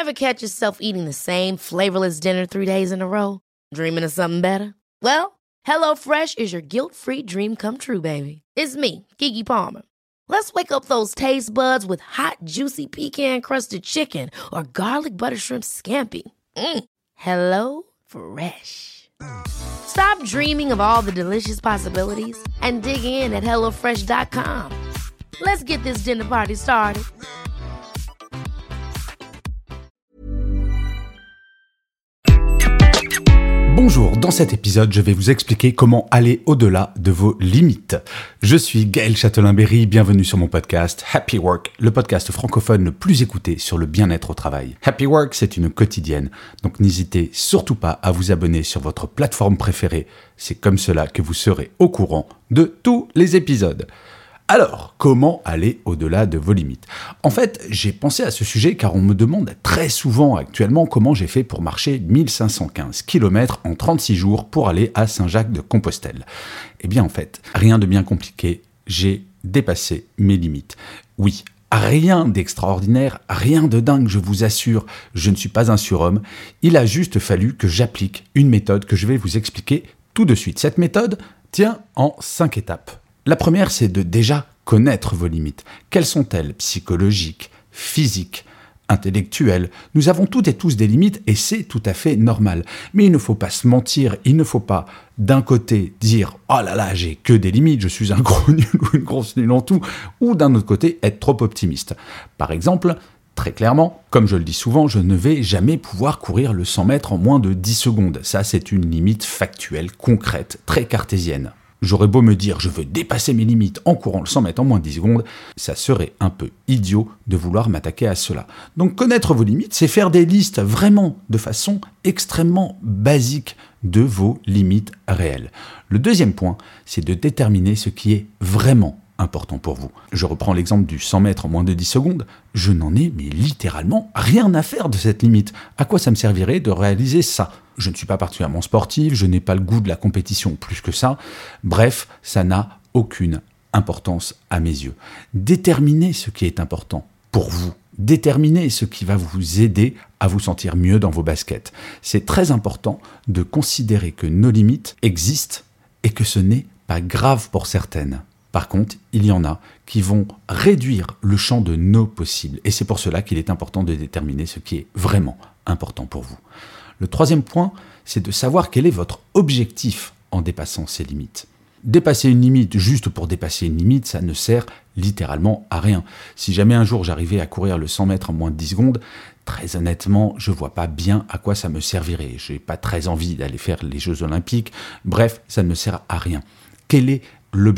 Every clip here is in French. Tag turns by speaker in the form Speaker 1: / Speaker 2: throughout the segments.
Speaker 1: Ever catch yourself eating the same flavorless dinner 3 days in a row? Dreaming of something better? Well, HelloFresh is your guilt-free dream come true, baby. It's me, Keke Palmer. Let's wake up those taste buds with hot, juicy pecan-crusted chicken or garlic butter shrimp scampi. Hello Fresh. Stop dreaming of all the delicious possibilities and dig in at HelloFresh.com. Let's get this dinner party started.
Speaker 2: Bonjour, dans cet épisode, je vais vous expliquer comment aller au-delà de vos limites. Je suis Gaël Châtelain-Berry, bienvenue sur mon podcast Happy Work, le podcast francophone le plus écouté sur le bien-être au travail. Happy Work, c'est une quotidienne, donc n'hésitez surtout pas à vous abonner sur votre plateforme préférée. C'est comme cela que vous serez au courant de tous les épisodes. Alors, comment aller au-delà de vos limites ? En fait, j'ai pensé à ce sujet car on me demande très souvent actuellement comment j'ai fait pour marcher 1515 km en 36 jours pour aller à Saint-Jacques-de-Compostelle. Eh bien en fait, rien de bien compliqué, j'ai dépassé mes limites. Oui, rien d'extraordinaire, rien de dingue, je vous assure, je ne suis pas un surhomme. Il a juste fallu que j'applique une méthode que je vais vous expliquer tout de suite. Cette méthode tient en 5 étapes. La première, c'est de déjà connaître vos limites. Quelles sont-elles ? Psychologiques, physiques, intellectuelles. Nous avons toutes et tous des limites et c'est tout à fait normal. Mais il ne faut pas se mentir, il ne faut pas d'un côté dire « Oh là là, j'ai que des limites, je suis un gros nul ou une grosse nulle en tout » ou d'un autre côté être trop optimiste. Par exemple, très clairement, comme je le dis souvent, je ne vais jamais pouvoir courir le 100 mètres en moins de 10 secondes. Ça, c'est une limite factuelle, concrète, très cartésienne. J'aurais beau me dire « je veux dépasser mes limites en courant le 100 mètres en moins de 10 secondes », ça serait un peu idiot de vouloir m'attaquer à cela. Donc connaître vos limites, c'est faire des listes vraiment de façon extrêmement basique de vos limites réelles. Le deuxième point, c'est de déterminer ce qui est vraiment important pour vous. Je reprends l'exemple du 100 mètres en moins de 10 secondes. Je n'en ai mais littéralement rien à faire de cette limite. À quoi ça me servirait de réaliser ça ? Je ne suis pas particulièrement sportif, je n'ai pas le goût de la compétition plus que ça. Bref, ça n'a aucune importance à mes yeux. Déterminez ce qui est important pour vous. Déterminez ce qui va vous aider à vous sentir mieux dans vos baskets. C'est très important de considérer que nos limites existent et que ce n'est pas grave pour certaines. Par contre, il y en a qui vont réduire le champ de nos possibles. Et c'est pour cela qu'il est important de déterminer ce qui est vraiment important pour vous. Le troisième point, c'est de savoir quel est votre objectif en dépassant ces limites. Dépasser une limite juste pour dépasser une limite, ça ne sert littéralement à rien. Si jamais un jour j'arrivais à courir le 100 mètres en moins de 10 secondes, très honnêtement, je vois pas bien à quoi ça me servirait. J'ai pas très envie d'aller faire les Jeux Olympiques. Bref, ça ne me sert à rien. Quel est l'objectif ?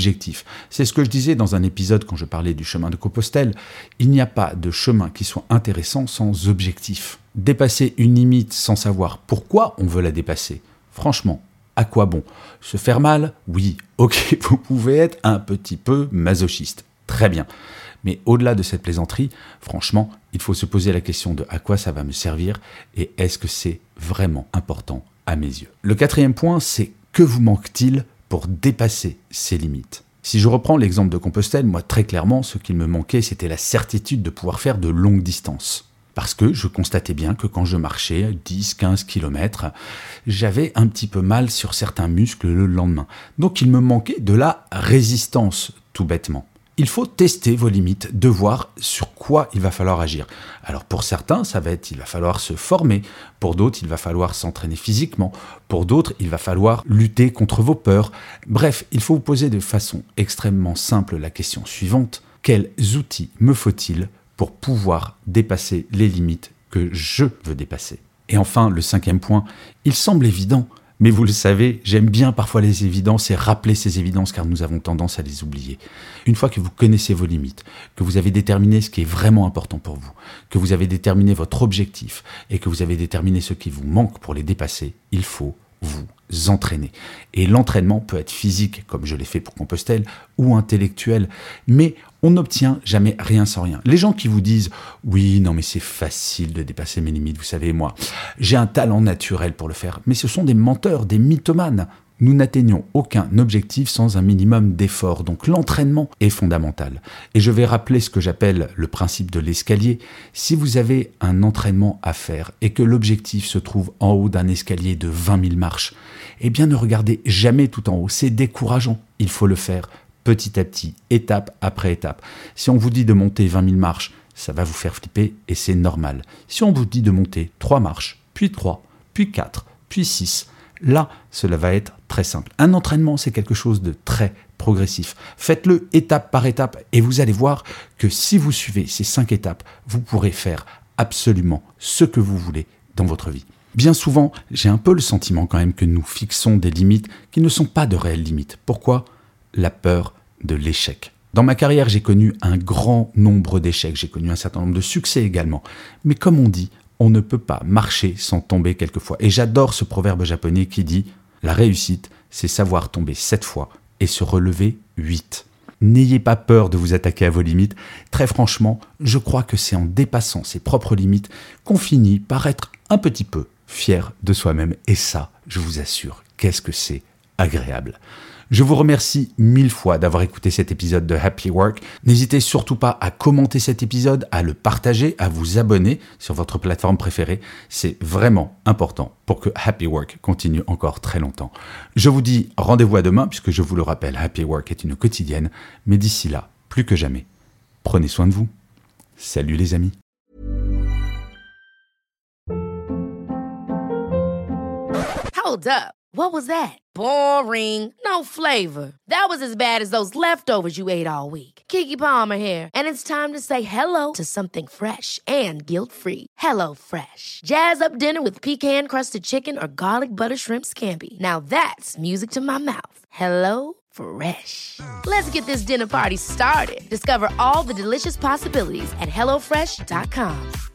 Speaker 2: C'est ce que je disais dans un épisode quand je parlais du chemin de Compostelle. Il n'y a pas de chemin qui soit intéressant sans objectif. Dépasser une limite sans savoir pourquoi on veut la dépasser, franchement, à quoi bon ? Se faire mal ? Oui, ok, vous pouvez être un petit peu masochiste. Très bien. Mais au-delà de cette plaisanterie, franchement, il faut se poser la question de à quoi ça va me servir et est-ce que c'est vraiment important à mes yeux ? Le quatrième point, c'est que vous manque-t-il pour dépasser ces limites ? Si je reprends l'exemple de Compostelle, moi très clairement, ce qu'il me manquait, c'était la certitude de pouvoir faire de longues distances. Parce que je constatais bien que quand je marchais 10-15 km, j'avais un petit peu mal sur certains muscles le lendemain. Donc il me manquait de la résistance, tout bêtement. Il faut tester vos limites, de voir sur quoi il va falloir agir. Alors pour certains, ça va être il va falloir se former. Pour d'autres, il va falloir s'entraîner physiquement. Pour d'autres, il va falloir lutter contre vos peurs. Bref, il faut vous poser de façon extrêmement simple la question suivante. Quels outils me faut-il pour pouvoir dépasser les limites que je veux dépasser ? Et enfin, le cinquième point, il semble évident, mais vous le savez, j'aime bien parfois les évidences et rappeler ces évidences car nous avons tendance à les oublier. Une fois que vous connaissez vos limites, que vous avez déterminé ce qui est vraiment important pour vous, que vous avez déterminé votre objectif et que vous avez déterminé ce qui vous manque pour les dépasser, il faut vous entraîner. Et l'entraînement peut être physique, comme je l'ai fait pour Compostelle, ou intellectuel, mais on n'obtient jamais rien sans rien. Les gens qui vous disent « Oui, non mais c'est facile de dépasser mes limites, vous savez, moi, j'ai un talent naturel pour le faire », mais ce sont des menteurs, des mythomanes. Nous n'atteignons aucun objectif sans un minimum d'effort, donc l'entraînement est fondamental. Et je vais rappeler ce que j'appelle le principe de l'escalier. Si vous avez un entraînement à faire et que l'objectif se trouve en haut d'un escalier de 20 000 marches, eh bien ne regardez jamais tout en haut, c'est décourageant. Il faut le faire petit à petit, étape après étape. Si on vous dit de monter 20 000 marches, ça va vous faire flipper et c'est normal. Si on vous dit de monter 3 marches, puis 3, puis 4, puis 6, là, cela va être très simple. Un entraînement, c'est quelque chose de très progressif. Faites-le étape par étape et vous allez voir que si vous suivez ces 5 étapes, vous pourrez faire absolument ce que vous voulez dans votre vie. Bien souvent, j'ai un peu le sentiment quand même que nous fixons des limites qui ne sont pas de réelles limites. Pourquoi ? La peur de l'échec. Dans ma carrière, j'ai connu un grand nombre d'échecs, j'ai connu un certain nombre de succès également. Mais comme on dit, on ne peut pas marcher sans tomber quelquefois. Et j'adore ce proverbe japonais qui dit « La réussite, c'est savoir tomber 7 fois et se relever 8 ». N'ayez pas peur de vous attaquer à vos limites. Très franchement, je crois que c'est en dépassant ses propres limites qu'on finit par être un petit peu fier de soi-même. Et ça, je vous assure, qu'est-ce que c'est agréable. Je vous remercie 1000 fois d'avoir écouté cet épisode de Happy Work. N'hésitez surtout pas à commenter cet épisode, à le partager, à vous abonner sur votre plateforme préférée. C'est vraiment important pour que Happy Work continue encore très longtemps. Je vous dis rendez-vous à demain, puisque je vous le rappelle, Happy Work est une quotidienne. Mais d'ici là, plus que jamais, prenez soin de vous. Salut les amis.
Speaker 1: Hold up. What was that? Boring. No flavor. That was as bad as those leftovers you ate all week. Keke Palmer here, and it's time to say hello to something fresh and guilt-free. Hello Fresh. Jazz up dinner with pecan-crusted chicken or garlic butter shrimp scampi. Now that's music to my mouth. Hello Fresh. Let's get this dinner party started. Discover all the delicious possibilities at HelloFresh.com.